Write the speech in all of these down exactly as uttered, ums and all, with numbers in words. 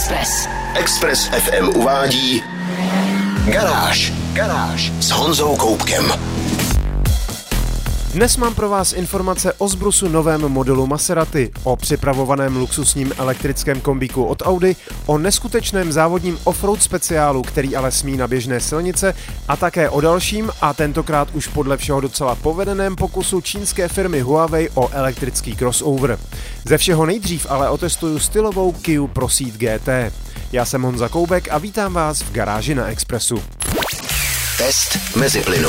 Express. Express F M uvádí Garáž. Garáž s Honzou Koubkem. Dnes mám pro vás informace o zbrusu novém modelu Maserati, o připravovaném luxusním elektrickém kombíku od Audi, o neskutečném závodním offroad speciálu, který ale smí na běžné silnice, a také o dalším a tentokrát už podle všeho docela povedeném pokusu čínské firmy Huawei o elektrický crossover. Ze všeho nejdřív ale otestuju stylovou Kia Proceed G T. Já jsem Honza Koubek a vítám vás v Garáži na Expressu. Test meziplynu.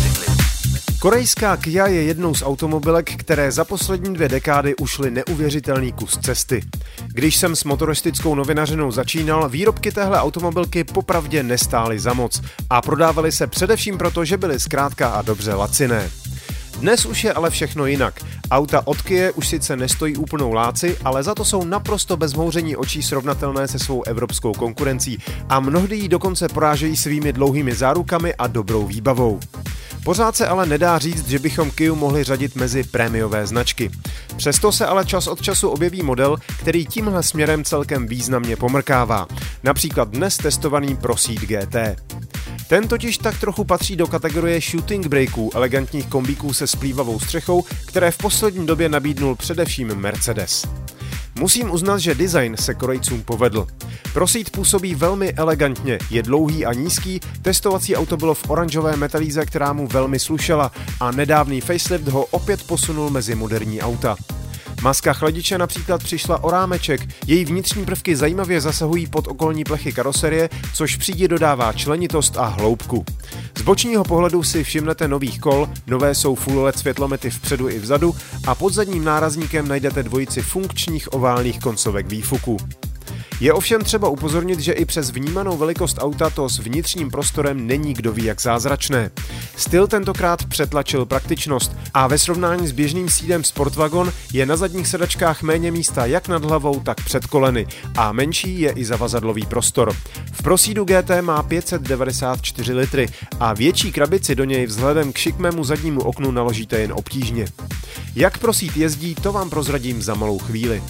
Korejská Kia je jednou z automobilek, které za poslední dvě dekády ušly neuvěřitelný kus cesty. Když jsem s motoristickou novinařinou začínal, výrobky téhle automobilky popravdě nestály za moc a prodávaly se především proto, že byly zkrátka a dobře laciné. Dnes už je ale všechno jinak. Auta od Kia už sice nestojí úplnou láci, ale za to jsou naprosto bez mhouření očí srovnatelné se svou evropskou konkurencí a mnohdy ji dokonce porážejí svými dlouhými zárukami a dobrou výbavou. Pořád se ale nedá říct, že bychom Kiu mohli řadit mezi prémiové značky. Přesto se ale čas od času objeví model, který tímhle směrem celkem významně pomrkává. Například dnes testovaný Proceed G T. Ten totiž tak trochu patří do kategorie shooting breaků, elegantních kombíků se splývavou střechou, které v poslední době nabídnul především Mercedes. Musím uznat, že design se Korejcům povedl. Proceed působí velmi elegantně, je dlouhý a nízký, testovací auto bylo v oranžové metalíze, která mu velmi slušela a nedávný facelift ho opět posunul mezi moderní auta. Maska chladiče například přišla o rámeček, její vnitřní prvky zajímavě zasahují pod okolní plechy karoserie, což přídi dodává členitost a hloubku. Z bočního pohledu si všimnete nových kol, nové jsou full L E D světlomety vpředu i vzadu a pod zadním nárazníkem najdete dvojici funkčních oválných koncovek výfuku. Je ovšem třeba upozornit, že i přes vnímanou velikost auta to s vnitřním prostorem není kdo ví jak zázračné. Styl tentokrát přetlačil praktičnost a ve srovnání s běžným sídem Sportwagon je na zadních sedačkách méně místa jak nad hlavou, tak před koleny a menší je i zavazadlový prostor. V Proceedu G T má pět set devadesát čtyři litry a větší krabici do něj vzhledem k šikmému zadnímu oknu naložíte jen obtížně. Jak Proceed jezdí, to vám prozradím za malou chvíli.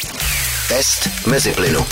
Test meziplynu.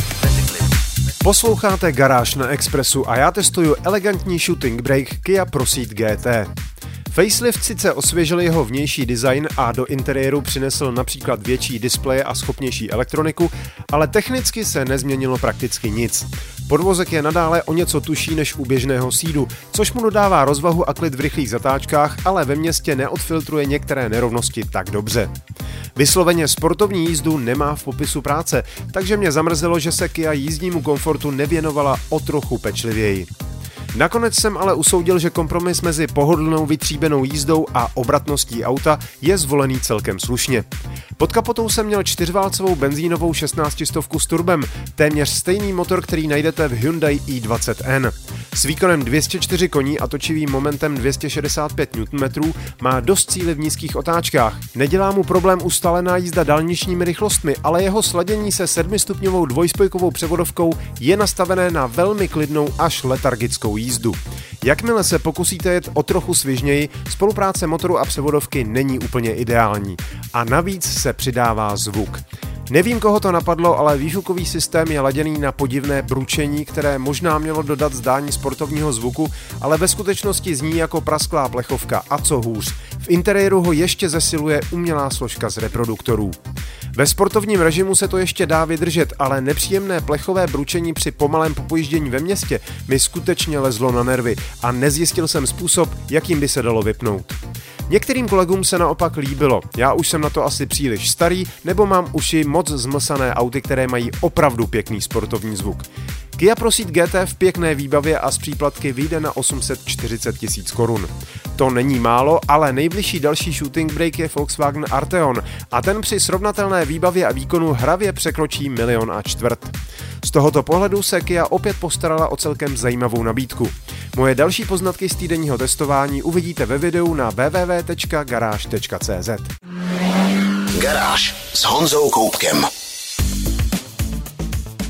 Posloucháte Garáž na Expressu a já testuju elegantní shooting brake Kia Proceed G T. Facelift sice osvěžil jeho vnější design a do interiéru přinesl například větší displeje a schopnější elektroniku, ale technicky se nezměnilo prakticky nic. Podvozek je nadále o něco tužší než u běžného sídu, což mu dodává rozvahu a klid v rychlých zatáčkách, ale ve městě neodfiltruje některé nerovnosti tak dobře. Vysloveně sportovní jízdu nemá v popisu práce, takže mě zamrzelo, že se Kia jízdnímu komfortu nevěnovala o trochu pečlivěji. Nakonec jsem ale usoudil, že kompromis mezi pohodlnou vytříbenou jízdou a obratností auta je zvolený celkem slušně. Pod kapotou jsem měl čtyřválcovou benzínovou šestnáctistovku s turbem, téměř stejný motor, který najdete v Hyundai i dvacet N. S výkonem dvě stě čtyři koní a točivým momentem dvě stě šedesát pět newtonmetrů má dost síly v nízkých otáčkách. Nedělá mu problém ustálená jízda dálničními rychlostmi, ale jeho sladění se sedmistupňovou dvojspojkovou převodovkou je nastavené na velmi klidnou až letargickou jízdu. Jakmile se pokusíte jet o trochu svižněji, spolupráce motoru a převodovky není úplně ideální. A navíc se přidává zvuk. Nevím, koho to napadlo, ale výfukový systém je laděný na podivné bručení, které možná mělo dodat zdání sportovního zvuku, ale ve skutečnosti zní jako prasklá plechovka a co hůř. V interiéru ho ještě zesiluje umělá složka z reproduktorů. Ve sportovním režimu se to ještě dá vydržet, ale nepříjemné plechové bručení při pomalém popojíždění ve městě mi skutečně lezlo na nervy a nezjistil jsem způsob, jakým by se dalo vypnout. Některým kolegům se naopak líbilo, já už jsem na to asi příliš starý, nebo mám uši moc zmlsané auty, které mají opravdu pěkný sportovní zvuk. Kia Proceed G T v pěkné výbavě a z příplatky vyjde na osm set čtyřicet tisíc korun. To není málo, ale nejbližší další shooting brake je Volkswagen Arteon a ten při srovnatelné výbavě a výkonu hravě překročí milion a čtvrt. Z tohoto pohledu se Kia opět postarala o celkem zajímavou nabídku. Moje další poznatky z týdenního testování uvidíte ve videu na w w w tečka garáž tečka c z. Garáž s Honzou Koubkem.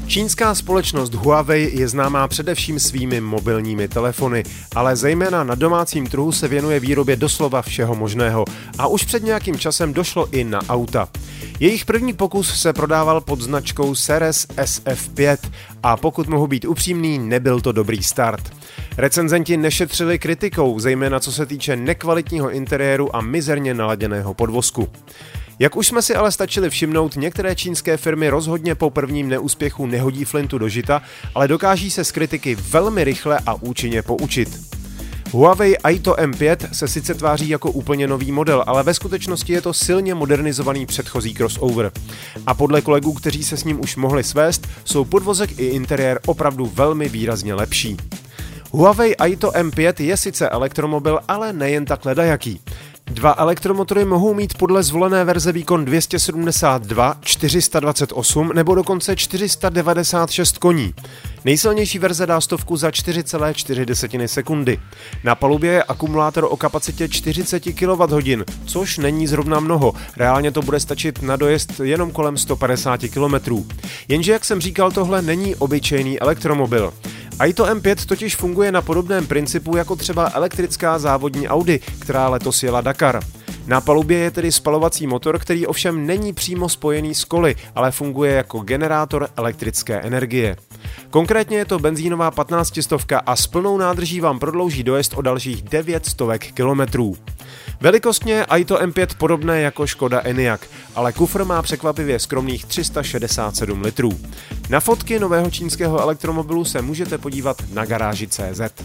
Čínská společnost Huawei je známá především svými mobilními telefony, ale zejména na domácím trhu se věnuje výrobě doslova všeho možného a už před nějakým časem došlo i na auta. Jejich první pokus se prodával pod značkou Ceres S F pět a pokud mohu být upřímný, nebyl to dobrý start. Recenzenti nešetřili kritikou, zejména co se týče nekvalitního interiéru a mizerně naladěného podvozku. Jak už jsme si ale stačili všimnout, některé čínské firmy rozhodně po prvním neúspěchu nehodí flintu do žita, ale dokáží se z kritiky velmi rychle a účinně poučit. Huawei Aito M pět se sice tváří jako úplně nový model, ale ve skutečnosti je to silně modernizovaný předchozí crossover. A podle kolegů, kteří se s ním už mohli svést, jsou podvozek i interiér opravdu velmi výrazně lepší. Huawei Aito M pět je sice elektromobil, ale nejen tak ledajaký. Dva elektromotory mohou mít podle zvolené verze výkon dvě stě sedmdesát dva, čtyři sta dvacet osm nebo dokonce čtyři sta devadesát šest koní. Nejsilnější verze dá stovku za čtyři celé čtyři sekundy. Na palubě je akumulátor o kapacitě čtyřicet kilowatthodin, což není zrovna mnoho. Reálně to bude stačit na dojezd jenom kolem sto padesát kilometrů. Jenže, jak jsem říkal, tohle není obyčejný elektromobil. Aito M pět totiž funguje na podobném principu jako třeba elektrická závodní Audi, která letos jela Dakar. Na palubě je tedy spalovací motor, který ovšem není přímo spojený s koly, ale funguje jako generátor elektrické energie. Konkrétně je to benzínová patnáctistovka a s plnou nádrží vám prodlouží dojezd o dalších devět stovek kilometrů. Velikostně je Aito M pět podobné jako Škoda Enyaq, ale kufr má překvapivě skromných tři sta šedesát sedm litrů. Na fotky nového čínského elektromobilu se můžete podívat na garáži tečka cé zet.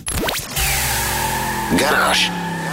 Garáž.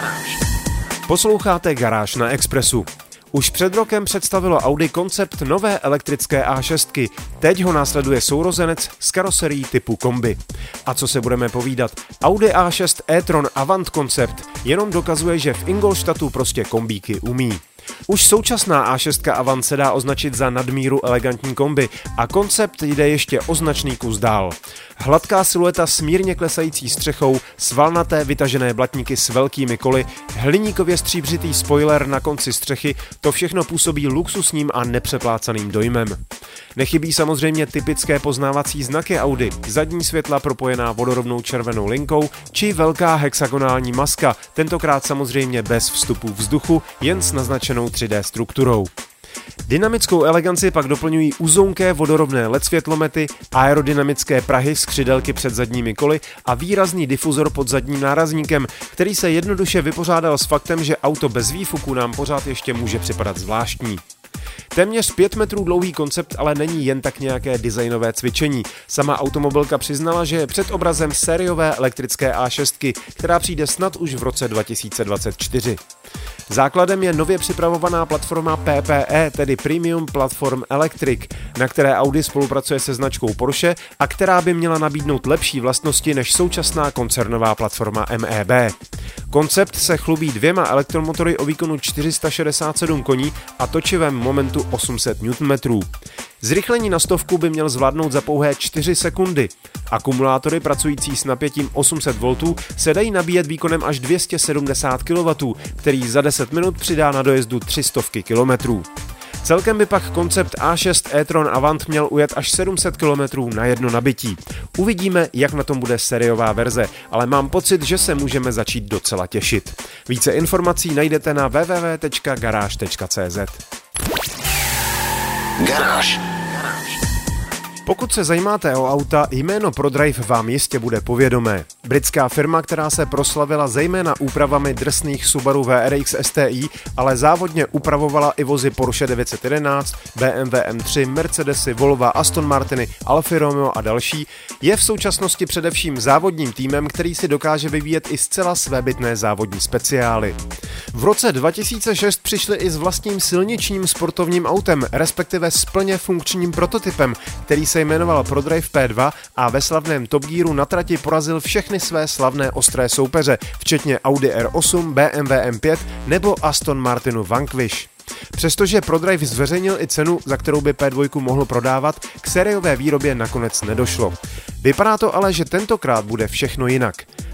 Posloucháte Garáž na Expressu. Už před rokem představilo Audi koncept nové elektrické A šest. Teď ho následuje sourozenec s karoserií typu kombi. A co se budeme povídat, Audi A šest e-tron Avant koncept jenom dokazuje, že v Ingolstadtu prostě kombíky umí. Už současná A šest Avant se dá označit za nadmíru elegantní kombi a koncept jde ještě o značný kus dál. Hladká silueta s mírně klesající střechou, svalnaté vytažené blatníky s velkými koly, hliníkově stříbřitý spoiler na konci střechy, to všechno působí luxusním a nepřeplácaným dojmem. Nechybí samozřejmě typické poznávací znaky Audi, zadní světla propojená vodorovnou červenou linkou či velká hexagonální maska, tentokrát samozřejmě bez vstupu vzduchu, jen s naznačenou tři dé strukturou. Dynamickou eleganci pak doplňují uzounké vodorovné el é dé světlomety, aerodynamické prahy z křidelky před zadními koly a výrazný difuzor pod zadním nárazníkem, který se jednoduše vypořádal s faktem, že auto bez výfuku nám pořád ještě může připadat zvláštní. Téměř pět metrů dlouhý koncept ale není jen tak nějaké designové cvičení. Sama automobilka přiznala, že je před obrazem sériové elektrické A šest, která přijde snad už v roce dva tisíce dvacet čtyři. Základem je nově připravovaná platforma P P E, tedy Premium Platform Electric, na které Audi spolupracuje se značkou Porsche a která by měla nabídnout lepší vlastnosti než současná koncernová platforma M E B. Koncept se chlubí dvěma elektromotory o výkonu čtyři sta šedesát sedm koní a točivém momentu osm set newtonmetrů. Zrychlení na stovku by měl zvládnout za pouhé čtyři sekundy. Akumulátory pracující s napětím osm set voltů se dají nabíjet výkonem až dvě stě sedmdesát kilowattů, který za deset minut přidá na dojezdu tři stovky kilometrů. Celkem by pak koncept A šest e-tron Avant měl ujet až sedm set kilometrů na jedno nabití. Uvidíme, jak na tom bude sériová verze, ale mám pocit, že se můžeme začít docela těšit. Více informací najdete na w w w tečka garáž tečka cé zet. Garáž. Pokud se zajímáte o auta, jméno ProDrive vám jistě bude povědomé. Britská firma, která se proslavila zejména úpravami drsných Subaru V R X S T I, ale závodně upravovala i vozy Porsche devět set jedenáct, B M W M tři, Mercedesy, Volvo, Aston Martiny, Alfa Romeo a další, je v současnosti především závodním týmem, který si dokáže vyvíjet i zcela svébytné závodní speciály. V roce dva tisíce šest přišli i s vlastním silničním sportovním autem, respektive s plně funkčním prototypem, který se jmenoval ProDrive P dva a ve slavném Top Gearu na trati porazil všechny své slavné ostré soupeře, včetně Audi R osm, B M W M pět nebo Aston Martinu Vanquish. Přestože ProDrive zveřejnil i cenu, za kterou by P dva mohl prodávat, k sériové výrobě nakonec nedošlo. Vypadá to ale, že tentokrát bude všechno jinak.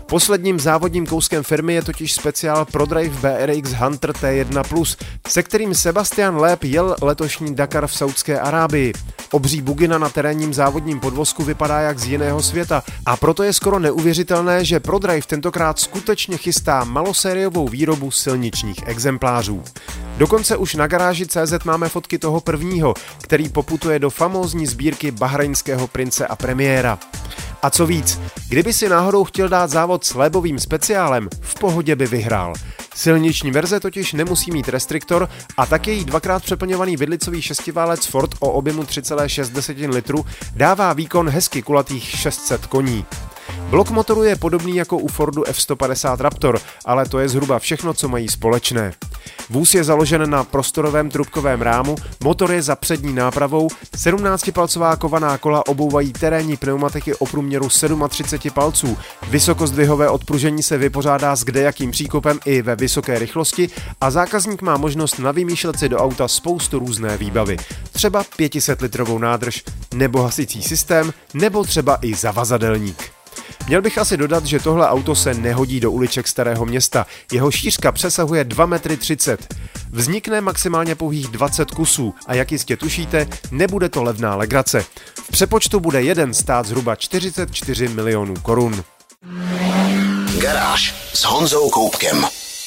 Posledním závodním kouskem firmy je totiž speciál ProDrive B R X Hunter T jedna plus, se kterým Sebastian Loeb jel letošní Dakar v Saudské Arábii. Obří bugina na terénním závodním podvozku vypadá jak z jiného světa a proto je skoro neuvěřitelné, že ProDrive tentokrát skutečně chystá malosériovou výrobu silničních exemplářů. Dokonce už na garáži tečka cé zet máme fotky toho prvního, který poputuje do famózní sbírky bahrajnského prince a premiéra. A co víc, kdyby si náhodou chtěl dát závod s Loebovým speciálem, v pohodě by vyhrál. Silniční verze totiž nemusí mít restriktor a tak její dvakrát přeplňovaný vidlicový šestiválec Ford o objemu tři celé šest litru dává výkon hezky kulatých šest set koní. Blok motoru je podobný jako u Fordu F sto padesát Raptor, ale to je zhruba všechno, co mají společné. Vůz je založen na prostorovém trubkovém rámu, motor je za přední nápravou, sedmnáctipalcová kovaná kola obouvají terénní pneumatiky o průměru třicet sedm palců, vysokozdvihové odpružení se vypořádá s kdejakým příkopem i ve vysoké rychlosti a zákazník má možnost navymýšlet si do auta spoustu různé výbavy, třeba pětisetletrovou nádrž, nebo hasicí systém, nebo třeba i zavazadelník. Měl bych asi dodat, že tohle auto se nehodí do uliček Starého Města. Jeho šířka přesahuje dva metry třicet. Vznikne maximálně pouhých dvacet kusů a jak jistě tušíte, nebude to levná legrace. V přepočtu bude jeden stát zhruba čtyřicet čtyři milionů korun. Garáž s Honzou Koupkem.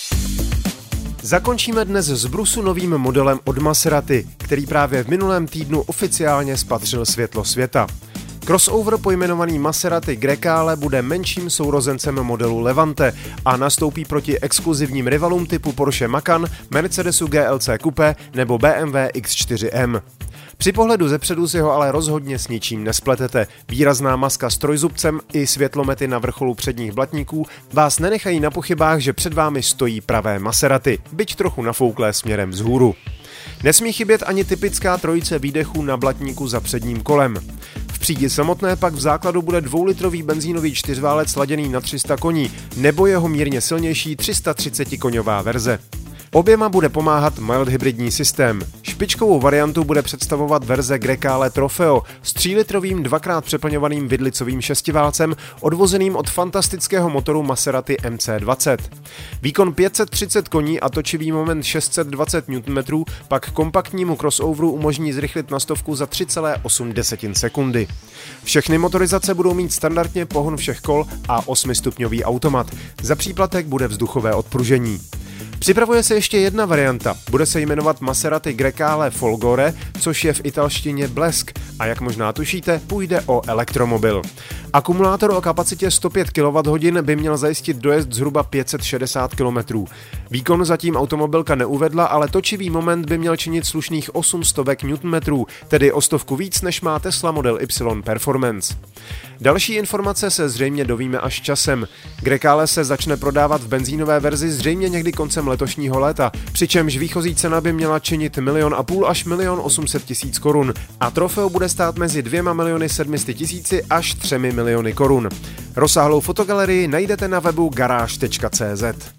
Zakončíme dnes s brusu novým modelem od Maserati, který právě v minulém týdnu oficiálně spatřil světlo světa. Crossover pojmenovaný Maserati Grecale bude menším sourozencem modelu Levante a nastoupí proti exkluzivním rivalům typu Porsche Macan, Mercedesu G L C Coupé nebo B M W X čtyři M. Při pohledu zepředu si ho ale rozhodně s ničím nespletete. Výrazná maska s trojzubcem i světlomety na vrcholu předních blatníků vás nenechají na pochybách, že před vámi stojí pravé Maserati, byť trochu nafouklé směrem vzhůru. Nesmí chybět ani typická trojice výdechů na blatníku za předním kolem. V přídi samotné pak v základu bude dvoulitrový benzínový čtyřválec laděný na tři sta koní nebo jeho mírně silnější tři sta třicet koňová verze. Oběma bude pomáhat mild hybridní systém. Špičkovou variantu bude představovat verze Grecale Trofeo s třílitrovým dvakrát přeplňovaným vidlicovým šestiválcem odvozeným od fantastického motoru Maserati M C dvacet. Výkon pět set třicet koní a točivý moment šest set dvacet newtonmetrů pak kompaktnímu crossoveru umožní zrychlit na stovku za tři celé osm sekundy. Všechny motorizace budou mít standardně pohon všech kol a osmistupňový automat. Za příplatek bude vzduchové odpružení. Připravuje se ještě jedna varianta, bude se jmenovat Maserati Grecale Folgore, což je v italštině blesk a jak možná tušíte, půjde o elektromobil. Akumulátor o kapacitě sto pět kilowatthodin by měl zajistit dojezd zhruba pět set šedesát kilometrů. Výkon zatím automobilka neuvedla, ale točivý moment by měl činit slušných osm stovek newtonmetrů, tedy o stovku víc než má Tesla Model Y Performance. Další informace se zřejmě dovíme až časem. Grecale se začne prodávat v benzínové verzi zřejmě někdy koncem letošního léta, přičemž výchozí cena by měla činit milion a půl až milion osm set tisíc korun a Trofeo bude stát mezi dvěma miliony sedmi sta tisíci až třemi miliony korun. Rozsáhlou fotogalerii najdete na webu garáž tečka cé zet.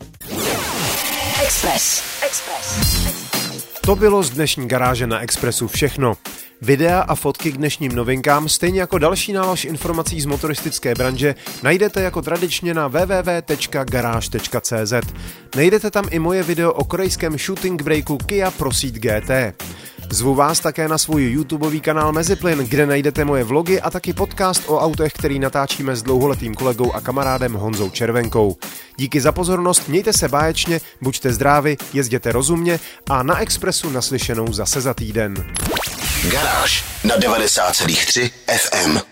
Express. Express. To bylo z dnešní garáže na Expressu všechno. Videa a fotky k dnešním novinkám, stejně jako další nálož informací z motoristické branže, najdete jako tradičně na w w w tečka garáž tečka cé zet. Najdete tam i moje video o korejském shooting breaku Kia Proceed G T. Zvu vás také na svůj YouTubeový kanál Meziplyn, kde najdete moje vlogy a taky podcast o autech, který natáčíme s dlouholetým kolegou a kamarádem Honzou Červenkou. Díky za pozornost, mějte se báječně, buďte zdraví, jezděte rozumně a na Expressu naslyšenou zase za týden. Garáž na devadesát celá tři F M.